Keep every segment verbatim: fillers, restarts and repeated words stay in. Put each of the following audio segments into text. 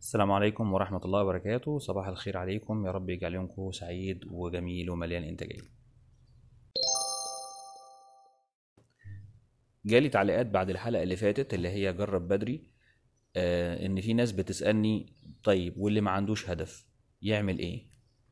السلام عليكم ورحمة الله وبركاته. صباح الخير عليكم، يا رب يجعل يومكم سعيد وجميل ومليان إنتاجية. جالي تعليقات بعد الحلقة اللي فاتت اللي هي جرب بدري. آه إن في ناس بتسألني طيب واللي ما عندوش هدف يعمل إيه؟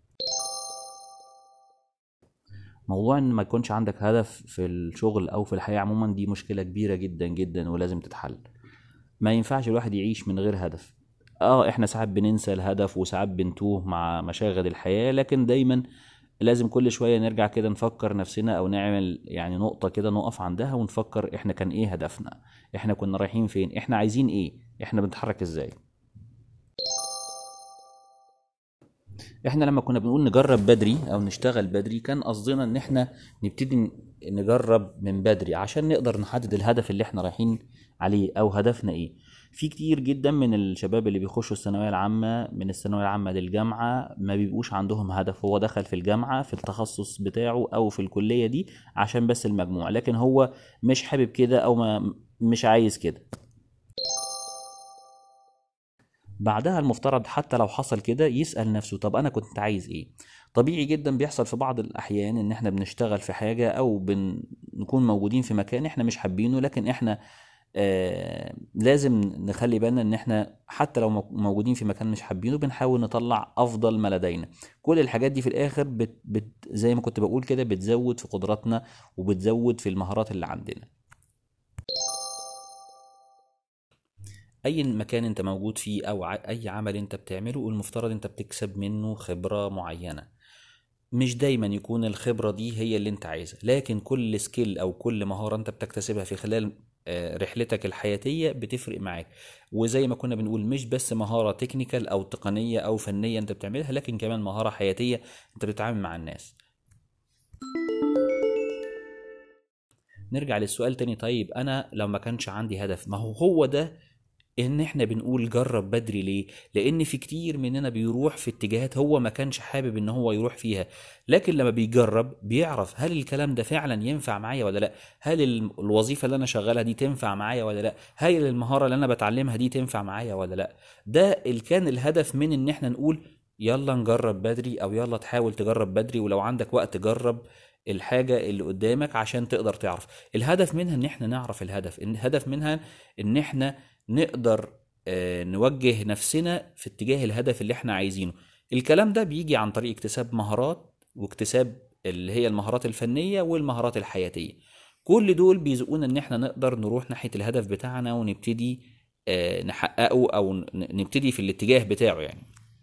موضوع إن ما يكونش عندك هدف في الشغل أو في الحياة عموما دي مشكلة كبيرة جدا جدا ولازم تتحل. ما ينفعش الواحد يعيش من غير هدف. اه احنا ساعات بننسى الهدف وساعات بنتوه مع مشاغل الحياة، لكن دايما لازم كل شوية نرجع كده نفكر نفسنا او نعمل يعني نقطة كده نقف عندها ونفكر احنا كان ايه هدفنا، احنا كنا رايحين فين، احنا عايزين ايه، احنا بنتحرك ازاي. احنا لما كنا بنقول نجرب بدري او نشتغل بدري كان قصدنا ان احنا نبتدي نجرب من بدري عشان نقدر نحدد الهدف اللي احنا رايحين عليه او هدفنا ايه. في كتير جدا من الشباب اللي بيخشوا الثانويه العامه من الثانويه العامه للجامعه ما بيبقوش عندهم هدف، هو دخل في الجامعه في التخصص بتاعه او في الكليه دي عشان بس المجموع، لكن هو مش حابب كده او ما مش عايز كده. بعدها المفترض حتى لو حصل كده يسأل نفسه طب أنا كنت عايز إيه. طبيعي جدا بيحصل في بعض الأحيان إن إحنا بنشتغل في حاجة أو بنكون موجودين في مكان إحنا مش حابينه، لكن إحنا آه لازم نخلي بالنا إن إحنا حتى لو مو- موجودين في مكان مش حابينه بنحاول نطلع أفضل ما لدينا. كل الحاجات دي في الآخر بت بت زي ما كنت بقول كده بتزود في قدراتنا وبتزود في المهارات اللي عندنا. اي مكان انت موجود فيه او ع- اي عمل انت بتعمله المفترض انت بتكسب منه خبرة معينة. مش دايما يكون الخبرة دي هي اللي انت عايزها، لكن كل سكيل او كل مهارة انت بتكتسبها في خلال آه، رحلتك الحياتية بتفرق معاك. وزي ما كنا بنقول مش بس مهارة تكنيكال او تقنية او فنية انت بتعملها، لكن كمان مهارة حياتية انت بتتعامل مع الناس. نرجع للسؤال تاني، طيب انا لو ما كانش عندي هدف، ما هو هو ده ان احنا بنقول جرب بدري ليه. لان في كتير مننا بيروح في اتجاهات هو ما كانش حابب ان هو يروح فيها، لكن لما بيجرب بيعرف هل الكلام ده فعلا ينفع معايا ولا لا، هل ال- الوظيفة اللي انا شغالها دي تنفع معايا ولا لا، هل المهارة اللي انا بتعلمها دي تنفع معايا ولا لا. ده اللي كان الهدف من ان احنا نقول يلا نجرب بدري او يلا تحاول تجرب بدري، ولو عندك وقت جرب الحاجة اللي قدامك عشان تقدر تعرف. الهدف منها ان احنا نعرف الهدف، الهدف منها ان احنا نقدر آه، نوجه نفسنا في اتجاه الهدف اللي احنا عايزينه. الكلام ده بيجي عن طريق اكتساب مهارات واكتساب اللي هي المهارات الفنية والمهارات الحياتية. كل دول بيزقونا ان احنا نقدر نروح ناحية الهدف بتاعنا ونبتدي آه، نحققه او ن- نبتدي في الاتجاه بتاعه يعني.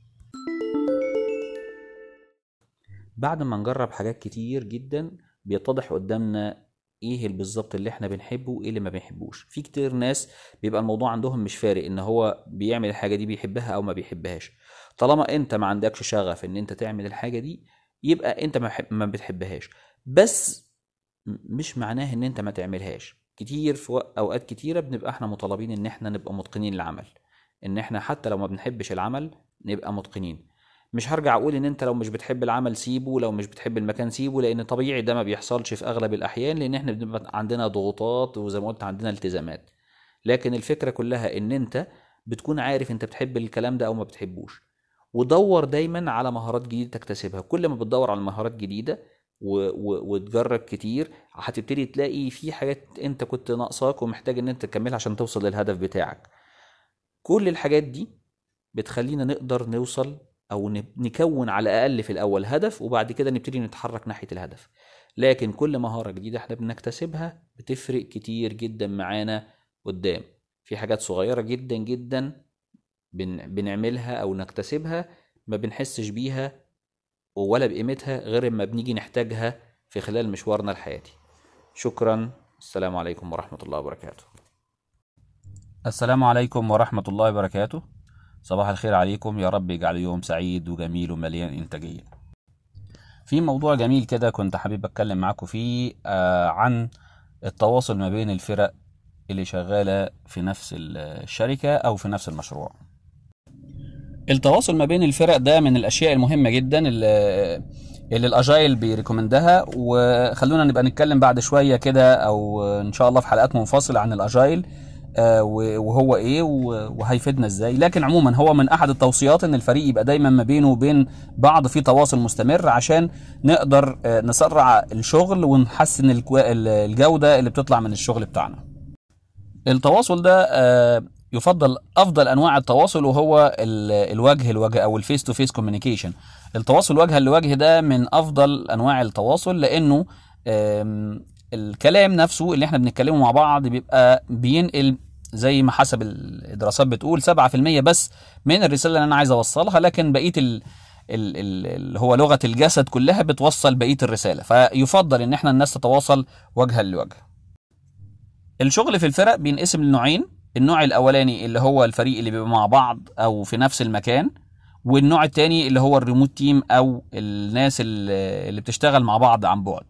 بعد ما نجرب حاجات كتير جدا بيتضح قدامنا ايه اللي بالظبط اللي احنا بنحبه وايه اللي ما بنحبوش. في كتير ناس بيبقى الموضوع عندهم مش فارق ان هو بيعمل الحاجة دي بيحبها او ما بيحبهاش. طالما انت ما عندكش شغف ان انت تعمل الحاجة دي يبقى انت ما بحب- ما بتحبهاش. بس م- مش معناه ان انت ما تعملهاش. كتير في وق- اوقات كتيرة بنبقى احنا مطالبين ان احنا نبقى متقنين العمل، ان احنا حتى لو ما بنحبش العمل نبقى متقنين. مش هرجع اقول ان انت لو مش بتحب العمل سيبه، لو مش بتحب المكان سيبه، لان طبيعي ده ما بيحصلش في اغلب الاحيان لان احنا بنبقى عندنا ضغوطات وزي ما قلت عندنا التزامات. لكن الفكرة كلها ان انت بتكون عارف انت بتحب الكلام ده او ما بتحبوش. ودور دايما على مهارات جديدة تكتسبها. كل ما بتدور على مهارات جديدة و... و... وتجرب كتير هتبتدي تلاقي في حاجات انت كنت ناقصاك ومحتاج ان انت تكملها عشان توصل للهدف بتاعك. كل الحاجات دي بتخلينا نقدر نوصل او نب- نكون على الاقل في الاول هدف وبعد كده نبتدي نتحرك ناحية الهدف. لكن كل مهارة جديدة احنا بنكتسبها بتفرق كتير جدا معانا قدام. في حاجات صغيرة جدا جدا بن... بنعملها او نكتسبها ما بنحسش بيها ولا بقيمتها غير اما بنيجي نحتاجها في خلال مشوارنا الحياتي. شكرا. السلام عليكم ورحمة الله وبركاته. السلام عليكم ورحمة الله وبركاته. صباح الخير عليكم، يا رب يجعل يوم سعيد وجميل ومليان إنتاجية. في موضوع جميل كده كنت حابب أتكلم معاكم فيه آه عن التواصل ما بين الفرق اللي شغالة في نفس الشركة أو في نفس المشروع. التواصل ما بين الفرق ده من الأشياء المهمة جدا اللي, اللي الأجايل بيريكومندها، وخلونا نبقى نتكلم بعد شوية كده أو إن شاء الله في حلقات منفصلة عن الأجايل آه وهو ايه وهيفيدنا ازاي. لكن عموما هو من احد التوصيات ان الفريق يبقى دايما ما بينه وبين بعض في تواصل مستمر، عشان نقدر آه نسرع الشغل ونحسن الجودة اللي بتطلع من الشغل بتاعنا. التواصل ده آه يفضل افضل انواع التواصل وهو الوجه لوجه او الفيس تو فيس كوميونيكيشن. التواصل وجها لوجه ده من افضل انواع التواصل، لانه الكلام نفسه اللي احنا بنتكلمه مع بعض بيبقى بينقل زي ما حسب الدراسات بتقول سبعة في المية بس من الرسالة اللي انا عايز اوصلها، لكن بقية ال اللي هو لغة الجسد كلها بتوصل بقية الرسالة. فيفضل ان احنا الناس تتواصل وجها لوجه. الشغل في الفرق بينقسم لنوعين، النوع الاولاني اللي هو الفريق اللي بيبقى مع بعض او في نفس المكان، والنوع التاني اللي هو الريموت تيم او الناس اللي بتشتغل مع بعض عن بعد.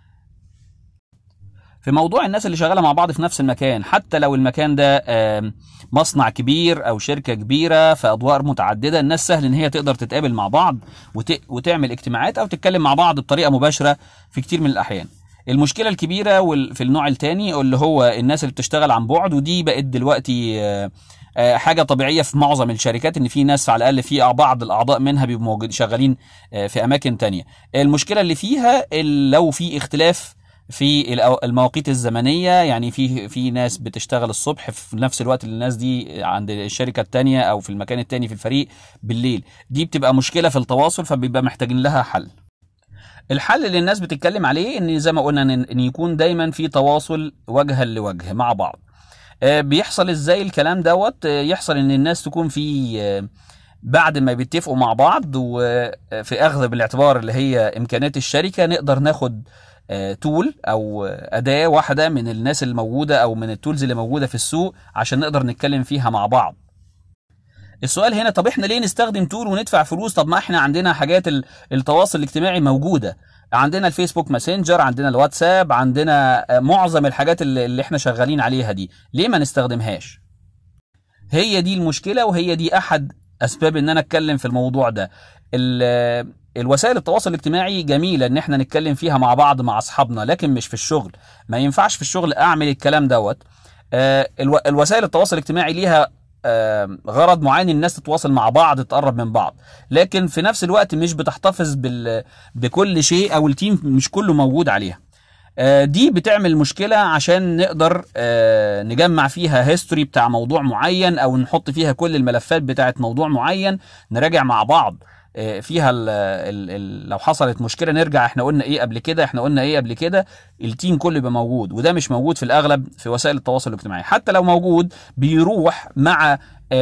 في موضوع الناس اللي شغاله مع بعض في نفس المكان، حتى لو المكان ده مصنع كبير او شركه كبيره في ادوار متعدده، الناس سهل ان هي تقدر تتقابل مع بعض وت... وتعمل اجتماعات او تتكلم مع بعض بطريقه مباشره في كتير من الاحيان. المشكله الكبيره في النوع الثاني اللي هو الناس اللي بتشتغل عن بعد، ودي بقت دلوقتي حاجه طبيعيه في معظم الشركات، ان في ناس على الاقل في بعض الاعضاء منها بيبقوا موجودين شغالين في اماكن تانية. المشكله اللي فيها لو في اختلاف في المواقيت الزمنيه، يعني في في ناس بتشتغل الصبح في نفس الوقت اللي الناس دي عند الشركه الثانيه او في المكان الثاني في الفريق بالليل، دي بتبقى مشكله في التواصل، فبيبقى محتاجين لها حل. الحل اللي الناس بتتكلم عليه ان زي ما قلنا ان يكون دايما في تواصل وجها لوجه مع بعض. بيحصل ازاي الكلام دوت؟ يحصل ان الناس تكون في بعد ما بيتفقوا مع بعض وفي اخذ بالاعتبار اللي هي امكانيات الشركه، نقدر ناخد تول او اداه واحده من الناس الموجوده او من التولز اللي موجوده في السوق عشان نقدر نتكلم فيها مع بعض. السؤال هنا، طب احنا ليه نستخدم تول وندفع فلوس؟ طب ما احنا عندنا حاجات التواصل الاجتماعي موجوده، عندنا الفيسبوك ماسنجر، عندنا الواتساب، عندنا معظم الحاجات اللي احنا شغالين عليها دي، ليه ما نستخدمهاش؟ هي دي المشكله، وهي دي احد اسباب ان انا اتكلم في الموضوع ده. الوسائل التواصل الاجتماعي جميله ان احنا نتكلم فيها مع بعض مع اصحابنا، لكن مش في الشغل. ما ينفعش في الشغل اعمل الكلام دوت. الوسائل التواصل الاجتماعي ليها غرض معين، الناس تتواصل مع بعض تقرب من بعض، لكن في نفس الوقت مش بتحتفظ بال... بكل شيء او التيم مش كله موجود عليها. دي بتعمل مشكلة عشان نقدر نجمع فيها هيستوري بتاع موضوع معين، او نحط فيها كل الملفات بتاعت موضوع معين، نراجع مع بعض فيها ال ال ال لو حصلت مشكله نرجع احنا قلنا ايه قبل كده، احنا قلنا ايه قبل كده، التيم كله يبقى موجود، وده مش موجود في الاغلب في وسائل التواصل الاجتماعي. حتى لو موجود بيروح مع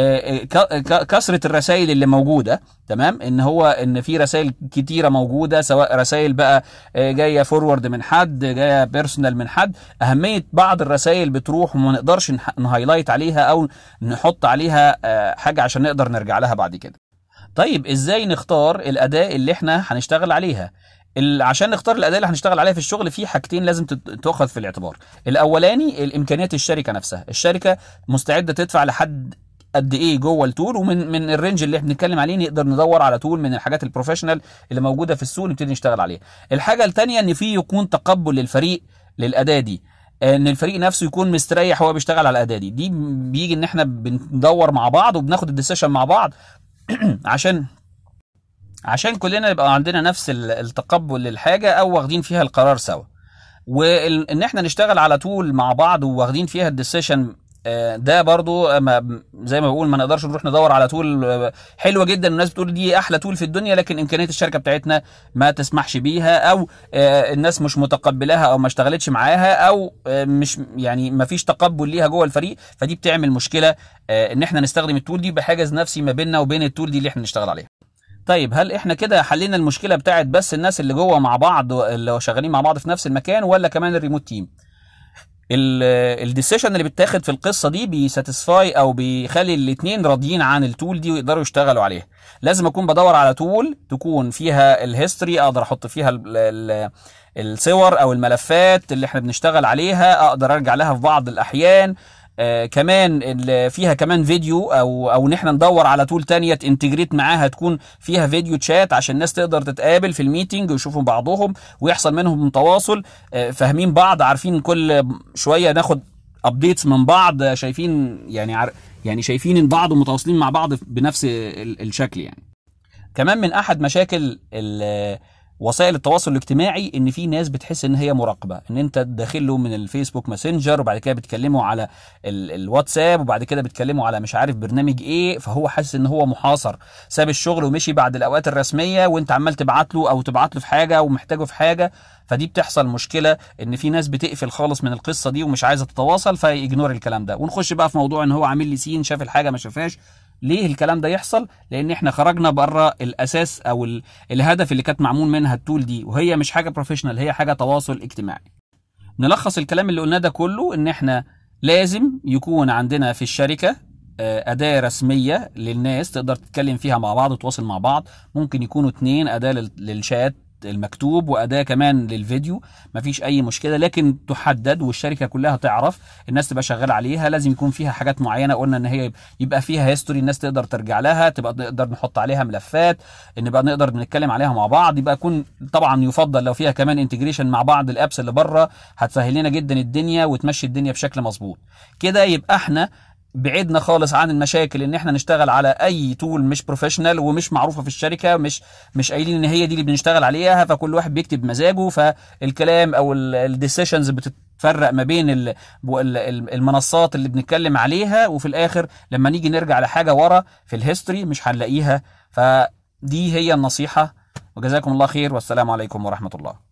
كثره الرسائل اللي موجوده، تمام، ان هو ان في رسائل كتيره موجوده، سواء رسائل بقى جايه فورورد من حد، جايه بيرسونال من حد، اهميه بعض الرسائل بتروح وما نقدرش نهايلايت عليها او نحط عليها حاجه عشان نقدر نرجع لها بعد كده. طيب ازاي نختار الاداة اللي احنا هنشتغل عليها؟ عشان نختار الاداة اللي هنشتغل عليها في الشغل في حاجتين لازم تاخذ في الاعتبار. الاولاني الامكانيات الشركة نفسها، الشركة مستعدة تدفع لحد قد ايه جوه التول، ومن من الرينج اللي احنا بنتكلم عليه نقدر ندور على تول من الحاجات البروفيشنال اللي موجودة في السوق نبتدي نشتغل عليها. الحاجة الثانية ان في يكون تقبل للفريق للاداة دي، ان الفريق نفسه يكون مستريح وهو بيشتغل على الاداة دي. دي بيجي ان احنا بندور مع بعض وبناخد الديسيشن مع بعض عشان عشان كلنا يبقى عندنا نفس التقبل للحاجة او واخدين فيها القرار سوا. وان احنا نشتغل على طول مع بعض وواخدين فيها الديسيشن، ده برضو زي ما بقول ما نقدرش نروح ندور على تول حلوة جدا الناس بتقول دي احلى تول في الدنيا، لكن امكانيات الشركة بتاعتنا ما تسمحش بيها، او الناس مش متقبلاها او ما اشتغلتش معاها، او مش يعني ما فيش تقبل ليها جوه الفريق، فدي بتعمل مشكلة ان احنا نستخدم التول دي بحاجز نفسي ما بيننا وبين التول دي اللي احنا نشتغل عليها. طيب هل احنا كده حلينا المشكلة بتاعت بس الناس اللي جوه مع بعض اللي شغالين مع بعض في نفس المكان، ولا كمان الريموت تيم؟ الديسيشن اللي بيتاخد في القصه دي بيساتسفاي او بيخلي الاثنين راضيين عن التول دي ويقدروا يشتغلوا عليها. لازم اكون بدور على تول تكون فيها الهيستوري، اقدر احط فيها ال ال الصور او الملفات اللي احنا بنشتغل عليها، اقدر ارجع لها في بعض الاحيان. آه كمان فيها كمان فيديو، او او ان احنا ندور على تول تانية تنتجريت معاها تكون فيها فيديو تشات عشان الناس تقدر تتقابل في الميتنج ويشوفوا بعضهم ويحصل منهم تواصل، آه فاهمين بعض، عارفين كل شوية ناخد ابديتس من بعض، شايفين يعني عر... يعني شايفين ان بعض ومتواصلين مع بعض بنفس ال- الشكل يعني. كمان من احد مشاكل ال- وسائل التواصل الاجتماعي ان في ناس بتحس ان هي مراقبه، ان انت داخل له من الفيسبوك ماسنجر وبعد كده بتكلموا على ال- الواتساب وبعد كده بتكلموا على مش عارف برنامج ايه، فهو حاسس ان هو محاصر، ساب الشغل ومشي بعد الاوقات الرسميه وانت عمال تبعت له او تبعت له في حاجه ومحتاجه في حاجه. فدي بتحصل مشكله ان في ناس بتقفل خالص من القصه دي ومش عايزه تتواصل فيجنور الكلام ده. ونخش بقى في موضوع ان هو عامل لي سين، شاف الحاجه ما شافهاش. ليه الكلام ده يحصل؟ لان احنا خرجنا بره الاساس او ال... الهدف اللي كانت معمول منها التول دي، وهي مش حاجه بروفيشنال، هي حاجه تواصل اجتماعي. نلخص الكلام اللي قلناه ده كله ان احنا لازم يكون عندنا في الشركه آه، أداة رسمية للناس تقدر تتكلم فيها مع بعض وتواصل مع بعض. ممكن يكونوا اتنين، أداة لل- للشات المكتوب وأداة كمان للفيديو، مفيش أي مشكلة، لكن تحدد والشركة كلها تعرف الناس تبقى شغالة عليها. لازم يكون فيها حاجات معينة، قلنا إن هي يبقى فيها هيستوري الناس تقدر ترجع لها، تبقى نقدر نحط عليها ملفات، نبقى نقدر نتكلم عليها مع بعض. يبقى يكون طبعا يفضل لو فيها كمان انتجريشن مع بعض الابس اللي بره، هتسهل لنا جدا الدنيا وتمشي الدنيا بشكل مظبوط. كده يبقى احنا بعدنا خالص عن المشاكل ان احنا نشتغل على اي تول مش بروفيشنال ومش معروفه في الشركه، مش مش قايلين ان هي دي اللي بنشتغل عليها، فكل واحد بيكتب مزاجه، فالكلام او الديسيشنز بتتفرق ما بين ال- ال- ال- المنصات اللي بنتكلم عليها، وفي الاخر لما نيجي نرجع لحاجه ورا في الهيستوري مش هنلاقيها. فدي هي النصيحه، وجزاكم الله خير والسلام عليكم ورحمه الله.